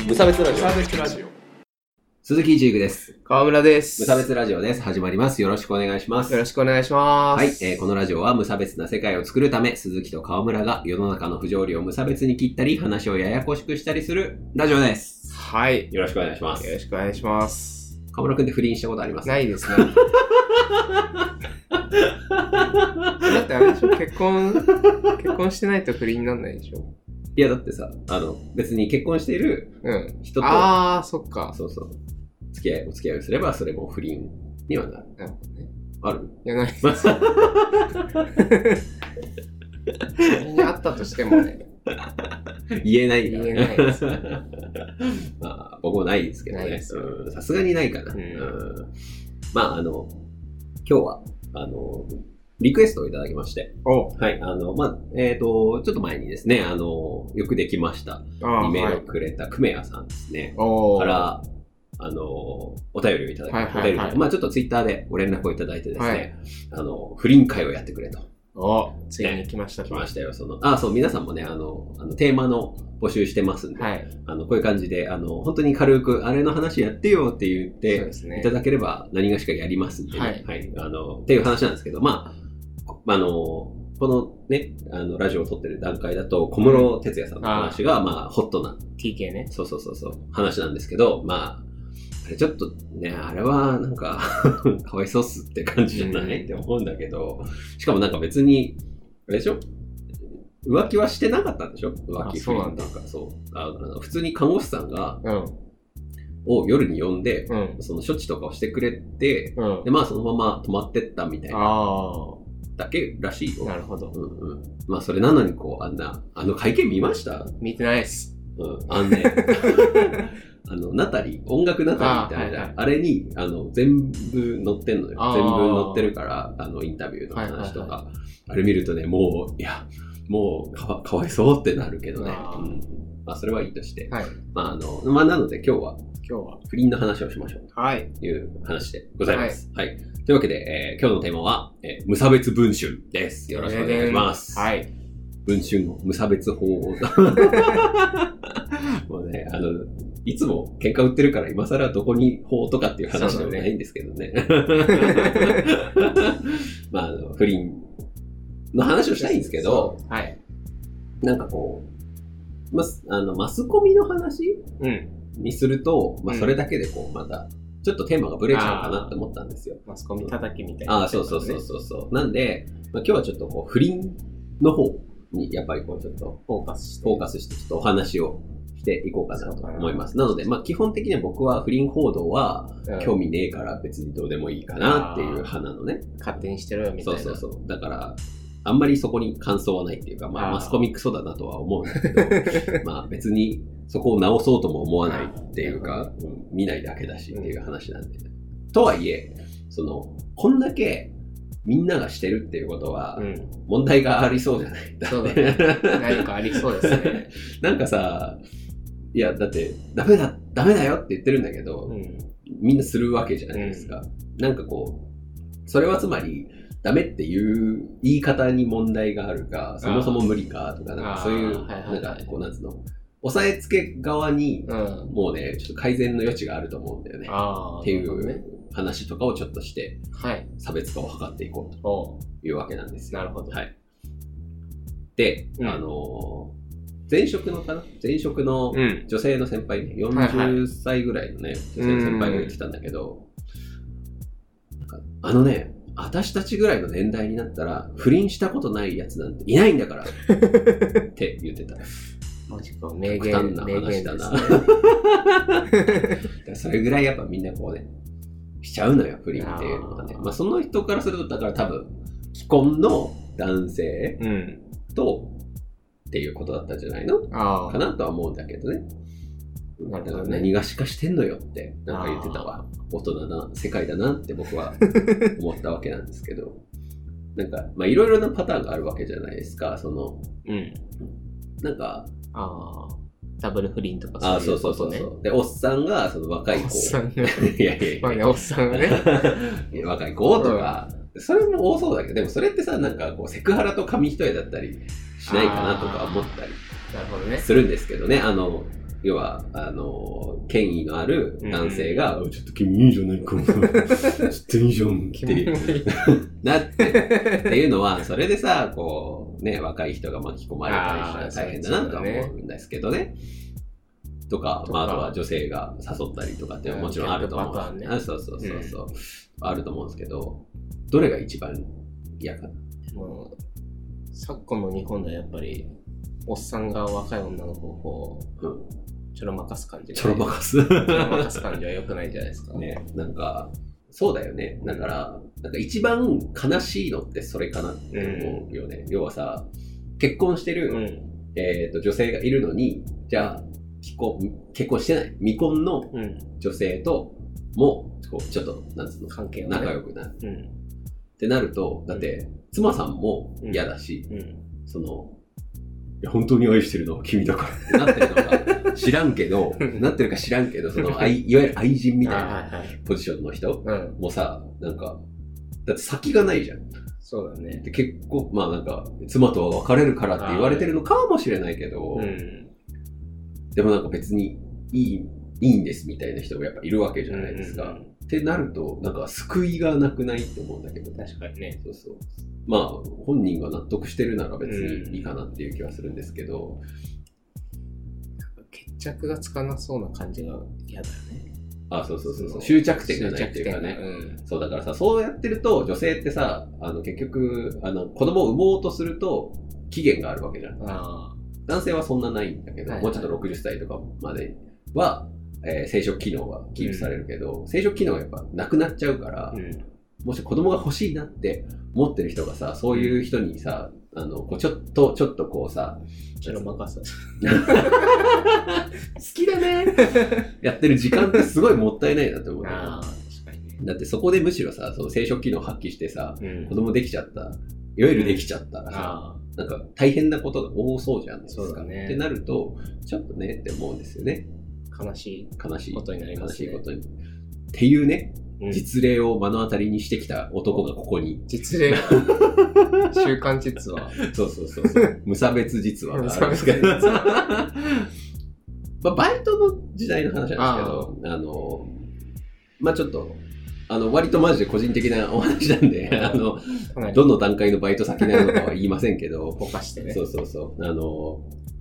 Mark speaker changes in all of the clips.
Speaker 1: 無差別ラジオ。
Speaker 2: 鈴木一育です。
Speaker 1: 川村です。
Speaker 2: 無差別ラジオです。始まります。よろしくお願いします。
Speaker 1: よろしくお願いします。
Speaker 2: はい、このラジオは無差別な世界を作るため、鈴木と川村が世の中の不条理を無差別に切ったり、話をややこしくしたりするラジオです。
Speaker 1: はい。
Speaker 2: よろしくお願いします。
Speaker 1: よろしくお願いします。
Speaker 2: 川村くんって不倫したことありますか？
Speaker 1: ないですね。だってあれでしょ、結婚してないと不倫になんないでしょ。
Speaker 2: いやだってさ、別に結婚している人と、
Speaker 1: そっか。
Speaker 2: そうそう。お付き合いをすれば、それも不倫にはなる。
Speaker 1: なるほどね。
Speaker 2: ある？
Speaker 1: いや、ないです。不倫にあったとしてもね。
Speaker 2: 言えないから。
Speaker 1: 言えないです。
Speaker 2: まあ、僕もないですけどね。さすがにないかな。まあ、今日は、リクエストをいただきまして。はい。ちょっと前にですね、よくできました。にメールをくれた久米谷さんですね。から、お便りをいただきました。まあちょっとツイッターでご連絡をいただいてですね、不倫会をやってくれと。
Speaker 1: ついに来ました。
Speaker 2: 来ましたよ。そう、皆さんもね、テーマの募集してますんで、こういう感じで、本当に軽く、あれの話やってよって言っていただければ何がしかやりますんで、ね、はい。っていう話なんですけど、まあ、このね、ラジオを撮ってる段階だと、小室哲哉さんの話が、まあ、ホットな。
Speaker 1: TK ね。
Speaker 2: そう、話なんですけど、まあ、あれちょっとね、あれはなんか、かわいそうっすって感じじゃないって思うんだけど、しかもなんか別に、あれでしょ？浮気はしてなかったんでしょ？浮気不倫とか、そう。普通に看護師さんが、を夜に呼んで、その処置とかをしてくれて、で、まあそのまま泊まってったみたいな。だけらしいよ。
Speaker 1: なるほど。
Speaker 2: まあそれなのにこう、会見見ました？
Speaker 1: 見てないです。
Speaker 2: ナタリー、音楽ナタリーってあるじゃん。あれに、全部載ってんのよ。全部載ってるから、インタビューの話とか。あれ見るとね、もうかわいそうってなるけどね。まあそれはいいとして。まあなので今日は不倫の話をしましょうという話でございます。はい。というわけで、今日のテーマは、無差別文春です。よろしくお願いします。はい。文春の無差別法を。もうね、いつも喧嘩売ってるから今更どこに法とかっていう話ではないんですけどね。まあ、不倫の話をしたいんですけど、なんかこう、マスコミの話にすると、まあそれだけでこう、また、ちょっとテーマがブレちゃうかなって思ったんですよ。
Speaker 1: マスコミ叩きみたいな。
Speaker 2: そう。なんで、まあ、今日はちょっとこう、不倫の方に、やっぱりこう、ちょっとフォーカスしてちょっとお話をしていこうかなと思います。なので、まあ基本的には僕は不倫報道は興味ねえから別にどうでもいいかなっていう派なのね。
Speaker 1: 勝手にしてるよみたいな。
Speaker 2: そう。だから、あんまりそこに感想はないっていうか、まあマスコミクソだなとは思うんだけど、まあ別にそこを直そうとも思わないっていうか、見ないだけだしっていう話なんで。とはいえ、こんだけみんながしてるっていうことは、問題がありそうじゃない？
Speaker 1: そうだね。何かありそうですね。
Speaker 2: なんかさ、いや、だって、ダメだよって言ってるんだけど、みんなするわけじゃないですか。なんかこう、それはつまり、ダメっていう言い方に問題があるか、そもそも無理かとか、なんかそういう、なんかこう、なんつうの、押さえつけ側に、もうね、ちょっと改善の余地があると思うんだよね。っていう話とかをちょっとして、差別化を図っていこうというわけなんですよ。
Speaker 1: なるほど。
Speaker 2: はい。で、前職の女性の先輩ね、40歳ぐらいのね、女性の先輩が言ってたんだけど、私たちぐらいの年代になったら、不倫したことないやつなんていないんだからって言ってた。
Speaker 1: マジか、名
Speaker 2: 極端な話だな。それぐらいやっぱみんなこうね、しちゃうのよ、不倫っていうのはね。まあその人からすると、だから多分、既婚の男性と、っていうことだったんじゃないのかなとは思うんだけどね。だから何がしかしてんのよってなんか言ってたわ。大人な世界だなって僕は思ったわけなんですけど。なんか、まあいろいろなパターンがあるわけじゃないですか。なんか、
Speaker 1: ダブル不倫とかそういうことね。
Speaker 2: そう。で、おっさんがその若い子。
Speaker 1: おっさんが。
Speaker 2: いや。
Speaker 1: まあね、おっさんがね。
Speaker 2: 若い子とか。それも多そうだけど、でもそれってさ、なんかこうセクハラと紙一重だったりしないかなとか思ったりするんですけどね。 要は、権威のある男性が、ちょっと君いいじゃないか、ちょっといいじゃんってなって、っていうのは、それでさ、こう、ね、若い人が巻き込まれたりしたら大変だなとは思うんですけどね。とか、まあ、あとは女性が誘ったりとかってもちろんあると思う。そうそうそうそう、あると思うんですけど、どれが一番嫌かな。
Speaker 1: もう昨今の日本ではやっぱりおっさんが若い女の子をちょろまかす感じ、
Speaker 2: ちょろまかす
Speaker 1: 感じは良くないじゃないですか
Speaker 2: ね。なんかそうだよね。だからなんか一番悲しいのってそれかなって思うよね。要はさ、結婚してる、女性がいるのに、じゃあ結婚してない未婚の女性ともこうちょっとなんつうの関係仲良くなる、ってなると、だって妻さんも嫌だし、そのいや本当に愛してるのは君だからってなってるのか知らんけどなってるか知らんけど、そのいわゆる愛人みたいなポジションの人もさ、なんかだって先がないじゃん。
Speaker 1: そうだね。
Speaker 2: で結構まあなんか妻とは別れるからって言われてるのかもしれないけど、でもなんか別にいいんですみたいな人がやっぱいるわけじゃないですか。ってなるとなんか救いがなくないって思うんだけど。
Speaker 1: 確かにね。
Speaker 2: そうそう。まあ本人が納得してるなら別にいいかなっていう気はするんですけど、
Speaker 1: 決着がつかなそうな感じが嫌だよね。
Speaker 2: あ、そうそうそうそう。終着点がないっていうかね。そうだからさ、そうやってると女性ってさ、結局子供を産もうとすると期限があるわけじゃん。男性はそんなないんだけど、もうちょっと60歳とかまでは、生殖機能はキープされるけど、生殖機能がやっぱなくなっちゃうから、もし子供が欲しいなって思ってる人がさ、そういう人にさ、こうちょっとこうさ、
Speaker 1: ちょっと任せ。
Speaker 2: 好きだねやってる時間ってすごいもったいないなって思う。
Speaker 1: 確かにね。
Speaker 2: だってそこでむしろさ、その生殖機能を発揮してさ、子供できちゃった、いわゆるできちゃったらさ、なんか大変なことが多そうじゃんですか。
Speaker 1: そうだね。
Speaker 2: ってなると、ちょっとねって思うんですよね。
Speaker 1: 悲しいことになりますね。
Speaker 2: 悲しいことに。っていうね、実例を目の当たりにしてきた男がここに。
Speaker 1: 実例週刊実話。
Speaker 2: そうそうそうそう。無差別実話があるんですけど。まあ、バイトの時代の話なんですけど、まあちょっと、割とマジで個人的なお話なんで、どの段階のバイト先なのかは言いませんけど、
Speaker 1: ぼかしてね。
Speaker 2: そうそうそう。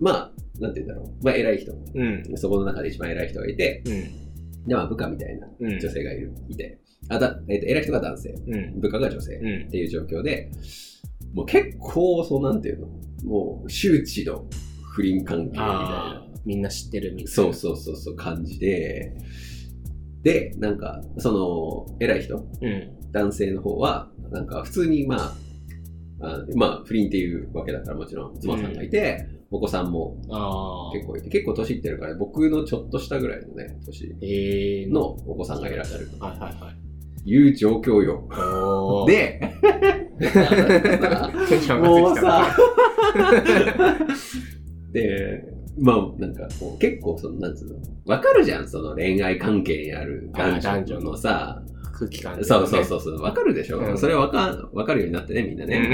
Speaker 2: まあ、なんて言うんだろう。まあ偉い人。そこの中で一番偉い人がいて、で、まあ部下みたいな女性がいて、偉い人が男性、部下が女性っていう状況で、もう結構、そうなんていうの、もう周知の不倫関係みたいな。
Speaker 1: みんな知ってるみたいな。
Speaker 2: そうそうそうそう感じで、で、なんか、その、偉い人、男性の方は、なんか普通にまあ、不倫っていうわけだからもちろん妻さんがいて、お子さんも結構いて、結構年いってるから、僕のちょっとしたぐらいのね、年のお子さんがいらっしゃる。いう状況よ。で、もうさ、で、まあ、なんかこう、結構その、なんつうの、わかるじゃん、その恋愛関係にある男女のさ、
Speaker 1: 空気感、ね。
Speaker 2: そうそうそうそう、わかるでしょ、それわかるようになってね、みんなね。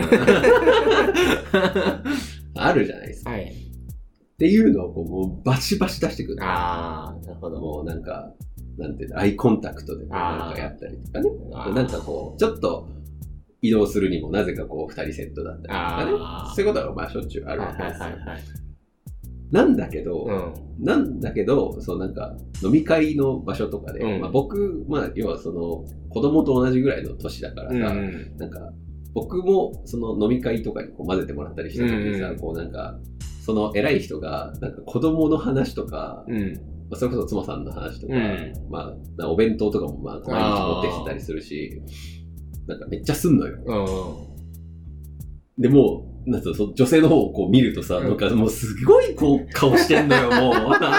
Speaker 2: あるじゃないですか。っていうのをこう、もうバシバシ出してくる。
Speaker 1: なるほど。
Speaker 2: もうなんか、なんていうの、アイコンタクトでなんかやったりとかね。なんかこう、ちょっと移動するにもなぜかこう、二人セットだったりとかね。そういうことがまあしょっちゅうあるわけですよ。なんだけど、そうなんか飲み会の場所とかで、まあ、僕、まあ要はその子供と同じぐらいの年だからさ、なんか僕もその飲み会とかにこう混ぜてもらったりした時にさ、こうなんかその偉い人がなんか子供の話とか、それこそ妻さんの話とか、まあお弁当とかもまあ毎日持ってきてたりするし、なんかめっちゃすんのよ。でもうなんか女性の方をこう見るとさ、なんかもうすごいこう顔してんのよ、もう。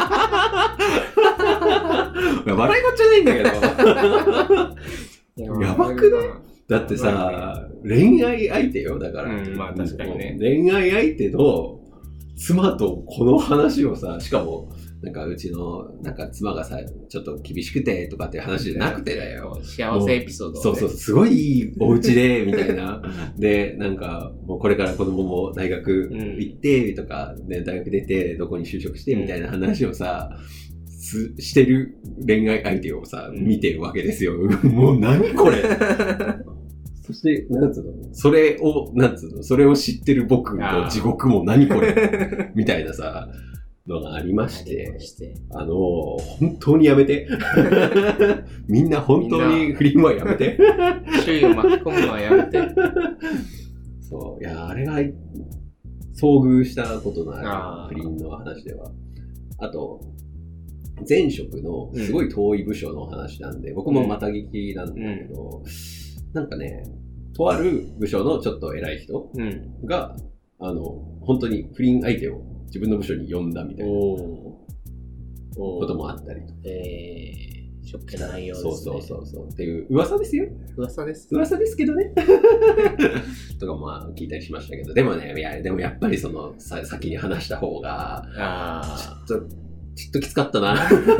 Speaker 2: 笑い事じゃないんだけど。やばくない？だってさ、恋愛相手よ、だから。
Speaker 1: まあ確かにね。
Speaker 2: 恋愛相手の妻とこの話をさ、しかもなんかうちのなんか妻がさちょっと厳しくてとかっていう話じゃなくてだよ。
Speaker 1: 幸せエピソード、ね、
Speaker 2: そうそう、すごいいいお家でみたいな。でなんかもうこれから子供も大学行ってとか、ね、大学出てどこに就職してみたいな話をさ、してる恋愛相手をさ見てるわけですよ。もう何これ。そして、なんつうのそれを、なんつうのそれを知ってる僕の地獄も何これみたいなさ、のがありまして、本当にやめて。みんな本当に不倫はやめて。
Speaker 1: 周囲を巻き込むのはやめて。
Speaker 2: そう、いや、あれが、遭遇したことのある不倫の話では。あと、前職のすごい遠い部署の話なんで、僕もまた聞きなんだけど、なんかね、とある部署のちょっと偉い人が、本当に不倫相手を自分の部署に呼んだみたいなこともあったりと。
Speaker 1: ショックな内容ですね。
Speaker 2: そうっていう噂ですよ。
Speaker 1: 噂です
Speaker 2: けどね。とかもまあ聞いたりしましたけど、でもね、でもやっぱりその先に話した方が、ちょっときつかったな。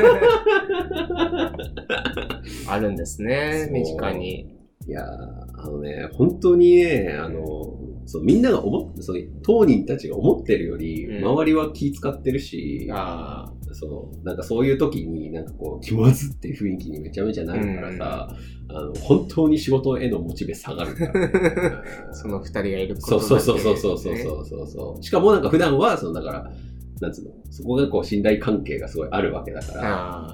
Speaker 1: あるんですね、身近に。
Speaker 2: いや本当にね、そうみんなが当人たちが思ってるより、周りは気使ってるし、なんかそういう時になんかこう気まずっていう雰囲気にめちゃめちゃなるからさ、本当に仕事へのモチベ下がるから、
Speaker 1: その二人がいること
Speaker 2: そう。しかもなんか普段はだからなんつうの、そこがこう信頼関係がすごいあるわけだから、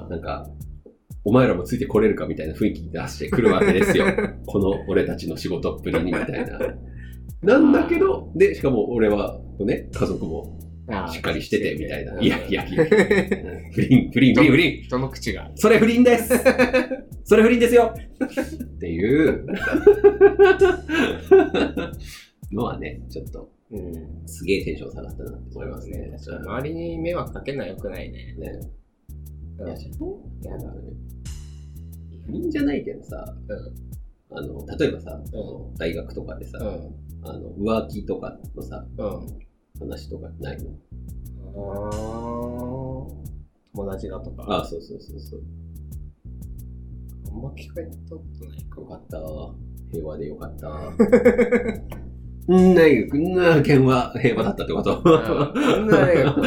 Speaker 2: なんかお前らもついてこれるかみたいな雰囲気出してくるわけですよ。この俺たちの仕事っぷりにみたいな。なんだけど、で、しかも俺はね、家族もしっかりしててみたいな。いや。不倫。
Speaker 1: 人の口が。
Speaker 2: それ不倫です。それ不倫ですよ。っていうのはね、ちょっと、すげえテンション下がったなって思いますね。
Speaker 1: 周りに迷惑かけるのは良くないね。
Speaker 2: やだね。不倫じゃないけどさ、例えばさ、大学とかでさ、浮気とかのさ、話とかないの？
Speaker 1: 友達だとか。
Speaker 2: そう。
Speaker 1: あんま聞かれたことないか。
Speaker 2: よかった。平和でよかった。大学の件は平和だったってこと？
Speaker 1: 大学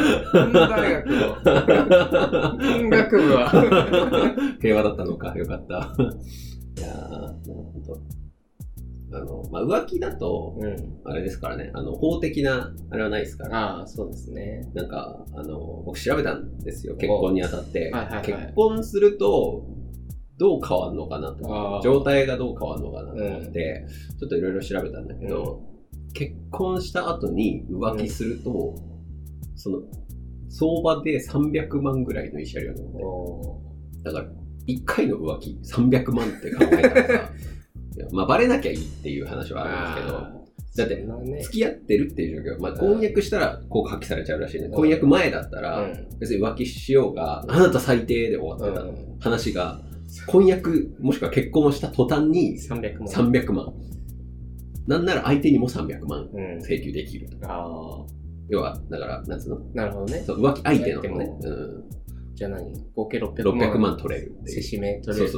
Speaker 1: 部は
Speaker 2: 平和だったのか、よかった。いやー、なるほど。浮気だと、あれですからね、法的な、あれはないですから。
Speaker 1: そうですね。
Speaker 2: なんか、僕調べたんですよ、結婚にあたって。結
Speaker 1: 結
Speaker 2: 婚すると、どう変わるのかなとか、状態がどう変わるのかなと思って、ちょっといろいろ調べたんだけど、結婚した後に浮気すると、その、相場で300万ぐらいの慰謝料なので、だから、1回の浮気300万って考えたらさ、まあバレなきゃいいっていう話はあるんですけど、だって付き合ってるっていう状況、まあ婚約したら効果発揮されちゃうらしいね。婚約前だったら別に浮気しようが、あなた最低で終わってた話が、婚約もしくは結婚をした途端に300万。なんなら相手にも300万請求できるとか。要は、だから、なんつうの？
Speaker 1: なるほどね。
Speaker 2: 浮気相手のね。
Speaker 1: じゃあ合計600
Speaker 2: 万取れるっていう。
Speaker 1: せしめ取れる。
Speaker 2: そう。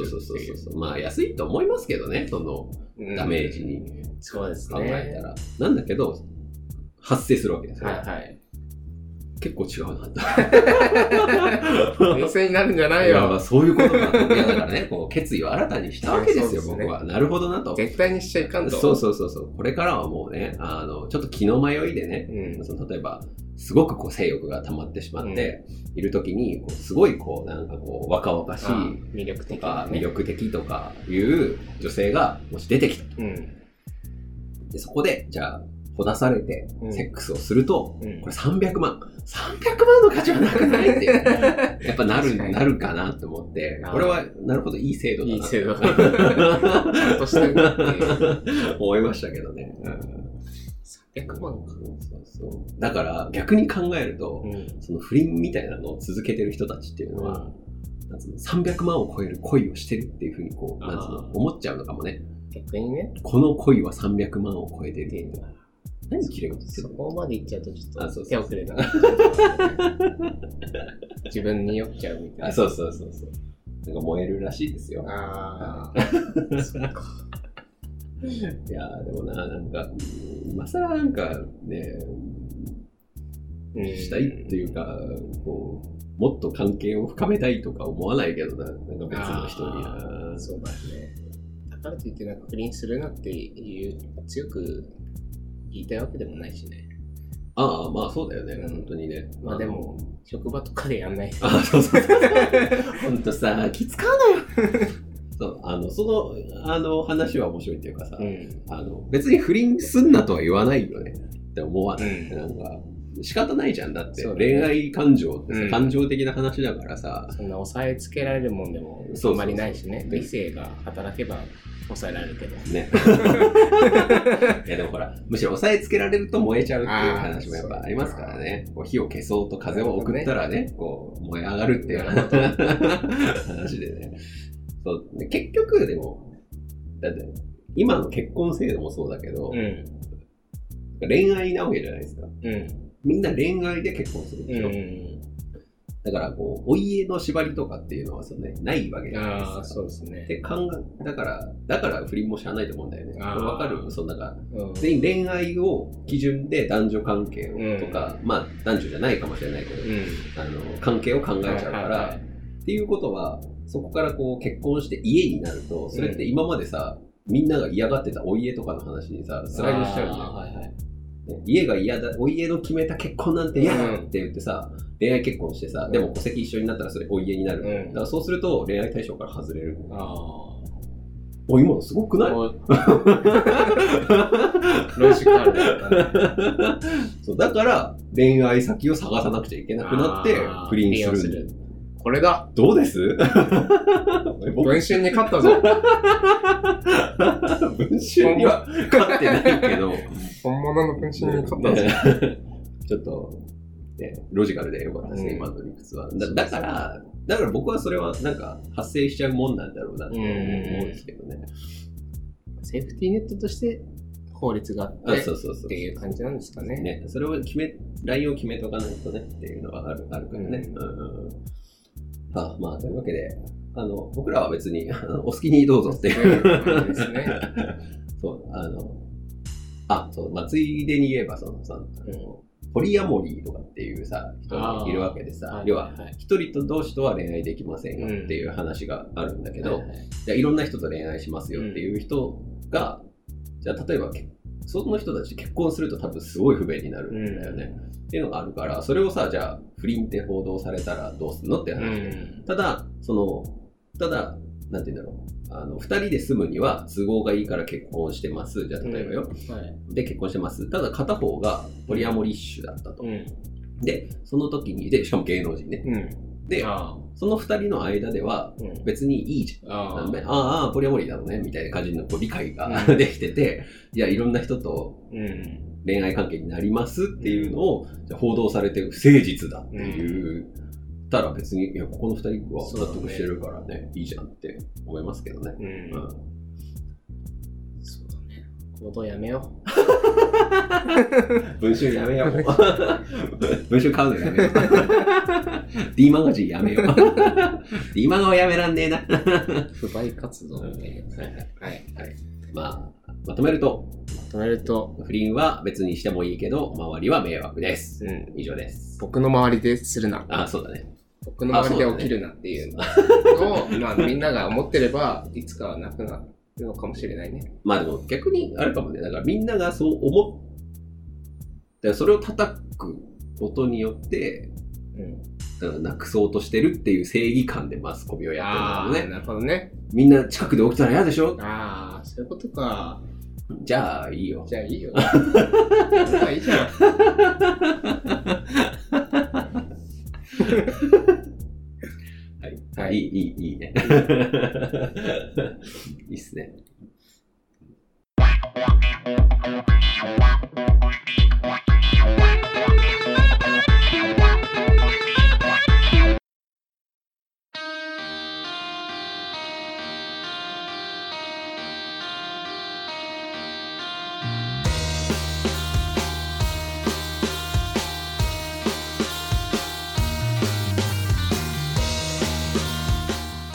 Speaker 2: まあ安いと思いますけどね、そのダメージに
Speaker 1: そうですね。
Speaker 2: 考えたら。なんだけど、発生するわけですよ。結構違うな。
Speaker 1: 冷静になるんじゃないよ。
Speaker 2: まあそういうことだ。いやだからね、こう決意を新たにしたわけですよ、僕は。なるほどなと。
Speaker 1: 絶対にしちゃいかんと。
Speaker 2: そう。これからはもうね、ちょっと気の迷いでね、例えば、すごくこう性欲が溜まってしまっているときに、すごいこうなんかこう若々しい
Speaker 1: 魅力的
Speaker 2: とかいう女性がもし出てきたと。でそこで、じゃあ、ほだされてセックスをすると、これ300万の価値はなくないってやっぱなるかなと思って、これはなるほどいい制度だな。いい制度だとして思いましたけどね。
Speaker 1: 300万か。
Speaker 2: そうだから逆に考えると、その不倫みたいなのを続けてる人たちっていうのは、300万を超える恋をしてるっていうふうにこう思っちゃうのかもね。
Speaker 1: 逆にね。
Speaker 2: この恋は300万を超えてる。 何綺麗事って
Speaker 1: そこまで言っちゃうとちょっと
Speaker 2: そう
Speaker 1: 手遅れな自分に酔っちゃうみたいな。
Speaker 2: そうなんか燃えるらしいですよ。
Speaker 1: そうか。
Speaker 2: いやでもなんか今更なんかね、したいっていうか、こうもっと関係を深めたいとか思わないけどな、なんか別の人にな。
Speaker 1: そうだね。だからといってなんか不倫するなって強く言いたいわけでもないしね。
Speaker 2: まあそうだよね、本当にね。
Speaker 1: まあでも職場とかでやんない。
Speaker 2: そう本当さ、気使うのよ。その話は面白いっていうかさ、別に不倫すんなとは言わないよねって思わない。なんか仕方ないじゃん。だって恋愛感情ってさ、感情的な話だからさ、
Speaker 1: そんな抑えつけられるもんでもあんまりないしね。理性が働けば抑えられるけどね。
Speaker 2: いやでもほら、むしろ抑えつけられると燃えちゃうっていう話もやっぱありますからね。こう火を消そうと風を送ったらね、こう燃え上がるっていう話でね。そう結局でもだって今の結婚制度もそうだけど、恋愛なわけじゃないですか。みんな恋愛で結婚するでしょ。だからこうお家の縛りとかっていうのはそう、ね、ないわけじゃないですか。
Speaker 1: そうですね。
Speaker 2: でだから不倫もしゃあないと思うんだよね。わかる？そんな全員恋愛を基準で男女関係とか、まあ男女じゃないかもしれないけど、関係を考えちゃうから、っていうことはそこからこう結婚して家になると、それって今までさ、みんなが嫌がってたお家とかの話にさ、スライドしちゃうんだよ。家が嫌だ、お家の決めた結婚なんて嫌だって言ってさ、恋愛結婚してさ、でも戸籍一緒になったらそれお家になる。だからそうすると恋愛対象から外れる。今のすごくない？ロ
Speaker 1: ジカル
Speaker 2: そうだから恋愛先を探さなくちゃいけなくなって不倫する。
Speaker 1: これだ。
Speaker 2: どうです？
Speaker 1: 文春に勝ったぞ。
Speaker 2: 文春には勝ってないけど。
Speaker 1: 本物の文春に勝ったぞ。
Speaker 2: ちょっと、ね、ロジカルでよかったですね、今の理屈は。だから僕はそれはなんか発生しちゃうもんなんだろうなと思うんですけどね。
Speaker 1: セーフティーネットとして法律があってっていう感じなんですかね。
Speaker 2: それをラインを決めとかないとねっていうのはあるからね。まあというわけで僕らは別にお好きにどうぞっていう感じですね。そうまあついでに言えばポリアモリーとかっていうさ人がいるわけでさ、要は一人と同士とは恋愛できませんよっていう話があるんだけど、いろんな人と恋愛しますよっていう人が、じゃあ例えばその人たち結婚すると多分すごい不便になるんだよね、っていうのがあるから、それをさ、じゃあ不倫って報道されたらどうするのって話で、ただなんて言うんだろう、2人で住むには都合がいいから結婚してます。じゃあ例えばよ、で結婚してます。ただ片方がポリアモリッシュだったと、でその時にしかも芸能人ね、でその2人の間では別にいいじゃん、ポリアモリーだろうねみたいな感じの理解ができてて、いやいろんな人と恋愛関係になりますっていうのを報道されて不誠実だっていうたら、別にいやここの2人は納得してるからね、いいじゃんって思いますけどね。
Speaker 1: そうだね。行動やめよう。
Speaker 2: 文春やめよう。文春買うのやめよう。D マガジンやめよう。D マガはやめらんねえな。
Speaker 1: 不買活動みたいな。はい。
Speaker 2: まとめると、不倫は別にしてもいいけど、周りは迷惑です。以上です。
Speaker 1: 僕の周りでするな。
Speaker 2: そうだね。
Speaker 1: 僕の周りで起きるなっていうのを、まあみんなが思ってれば、いつかはなくなるのかもしれないね。
Speaker 2: まあでも逆にあるかもね。だからみんながそう思って、それを叩くことによって、だからなくそうとしてるっていう正義感でマスコミをやってるんだろうね。
Speaker 1: なるほどね。
Speaker 2: みんな近くで起きたら嫌でしょ？
Speaker 1: そういうことか。
Speaker 2: じゃあいいよ。
Speaker 1: いいじゃん。
Speaker 2: はい、いいね。いいっすね。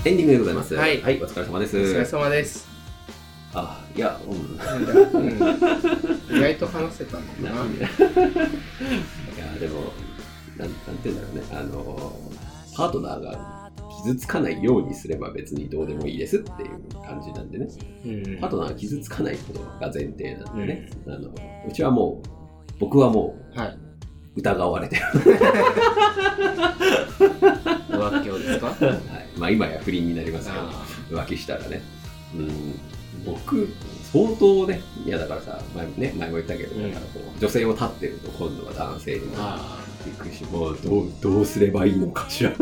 Speaker 2: エンディングでございます。
Speaker 1: はい、
Speaker 2: はい、お疲れ様です。
Speaker 1: お疲れ様です。
Speaker 2: いや、
Speaker 1: 意外と話せたんだな。いや、
Speaker 2: でも、なんていうんだろうね、パートナーが傷つかないようにすれば別にどうでもいいですっていう感じなんでね、パートナーが傷つかないことが前提なんでね、うちはもう、僕はもう、疑われてる。
Speaker 1: 浮気をですか？はい。
Speaker 2: まあ今や不倫になりますけど、浮気したらね。僕、相当ね、いやだからさ、前も言ったけど、だからこう女性を立ってると今度は男性にもびっくりし、もうどうすればいいのかしら。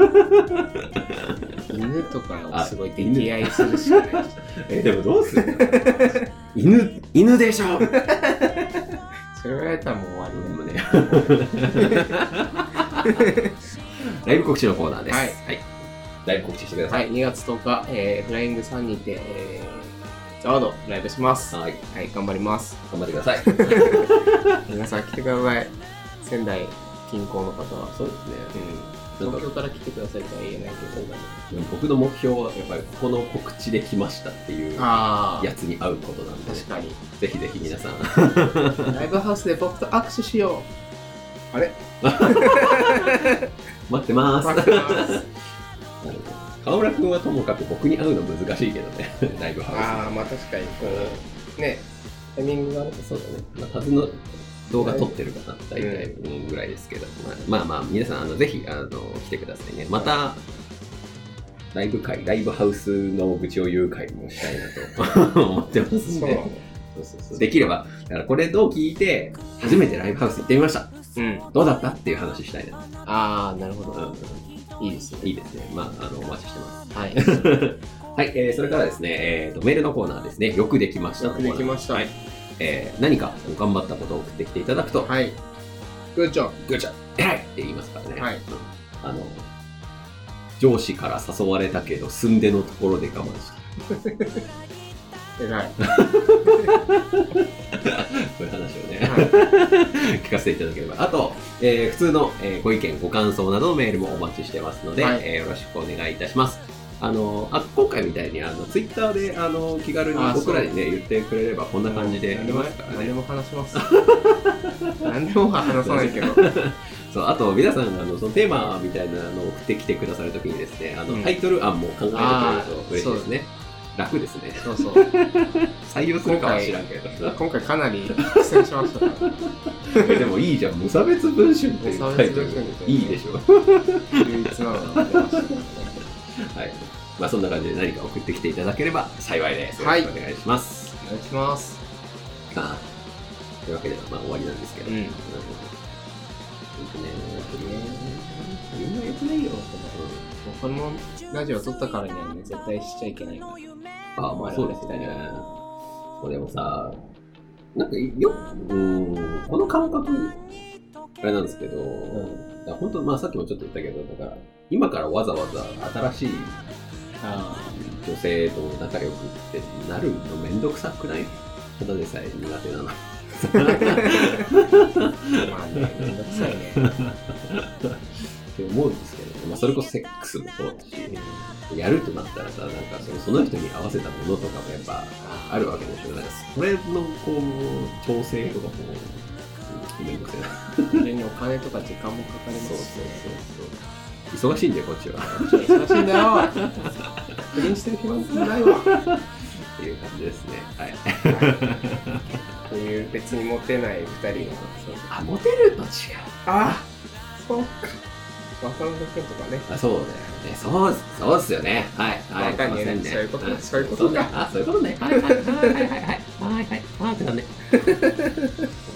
Speaker 1: 犬とかをすごい溺愛するしかない。
Speaker 2: でもどうするの？犬でしょ。
Speaker 1: それ言われたらもう終わりだね。
Speaker 2: ライブ告知のコーナーです。
Speaker 1: はい。
Speaker 2: ライブ告知してください。
Speaker 1: はい、2月10日、フライング3にて、ザワードライブします。はい、頑張ります。
Speaker 2: 頑張ってください。
Speaker 1: 皆さん来てください。仙台近郊の方は。
Speaker 2: そうですね。
Speaker 1: 東京から来てくださいとは言えないけど、
Speaker 2: 僕の目標はやっぱりここの告知で来ましたっていうやつに会うことなんで、
Speaker 1: 確かに。
Speaker 2: ぜひぜひ皆さん。
Speaker 1: ライブハウスで僕と握手しよう。あれ
Speaker 2: 待ってます。川村君はともかく僕に会うの難しいけどね、ライブハウス。
Speaker 1: まあ確かにこう、ね、タイミングがあると
Speaker 2: そうだね。数の動画撮ってるかな、大体ぐらいですけど、まあ皆さんぜひ来てくださいね。またライブハウスの愚痴を言う会もしたいなと思ってますんで、そうできればだからこれを聞いて初めてライブハウス行ってみました。どうだったっていう話したいな。
Speaker 1: なるほど。いいですね。
Speaker 2: いいですね。お待ちしてます。
Speaker 1: はい。
Speaker 2: はい、それからですね、メールのコーナーですね。よくできました。
Speaker 1: よくできました。はい。
Speaker 2: 何か頑張ったことを送ってきていただくと、
Speaker 1: はい。グッジョブ、
Speaker 2: 偉いって言いますからね。
Speaker 1: はい。
Speaker 2: 上司から誘われたけど、住んでのところで我慢した。
Speaker 1: 偉い。
Speaker 2: そういう話をね、聞かせていただければ。あと、普通の、ご意見、ご感想などのメールもお待ちしてますので、よろしくお願いいたします。今回みたいにツイッターで気軽に僕らにね言ってくれればこんな感じでやりますからね。
Speaker 1: 何でも話します。何でも話さないけど。
Speaker 2: そう、あと皆さんそのテーマみたいなのを送ってきてくださるときにですね、タイトル案も考えてくれると嬉しいですね。楽ですね。
Speaker 1: そうそう。
Speaker 2: 採用するかは知らんけど。
Speaker 1: 今回かなり苦戦しましたから。
Speaker 2: でもいいじゃん、無差別文春っていうタイトルいいでしょ。
Speaker 1: 唯一なのが出ましたね。
Speaker 2: はい。まあそんな感じで何か送ってきていただければ幸いです。よろしくお願いします。
Speaker 1: お願いします。
Speaker 2: というわけで終わりなんですけど。みんな良くないよ。
Speaker 1: このラジオ撮ったからにはね、絶対しちゃいけないから。
Speaker 2: まあそうですね。でもさ、なんかこの感覚あれなんですけど、本当さっきもちょっと言ったけど、だから今からわざわざ新しい女性と仲良くってなるのめんどくさくない？ただでさえ苦手なの。
Speaker 1: まあね、めんどくさいね。
Speaker 2: って思うんですけど、それこそセックスもそうだし、やるとなったらさ、なんかその人に合わせたものとかもやっぱあるわけでしょ。なんかそれのこう調整とかもめんどくさいな。
Speaker 1: 非常にお金とか時間もかかりますしね。
Speaker 2: 忙しいんだよこっちは。
Speaker 1: 忙しいんだよ。不倫してる暇ないわ。
Speaker 2: っていう感じですね。はい。
Speaker 1: こういう別にモテない2人が。
Speaker 2: モテると違う。
Speaker 1: そうか。渡辺君とかね。
Speaker 2: そうだよね。そうですよね。はい。
Speaker 1: わかんないね。そういうことか。そういうことね。
Speaker 2: はい。ってなんね。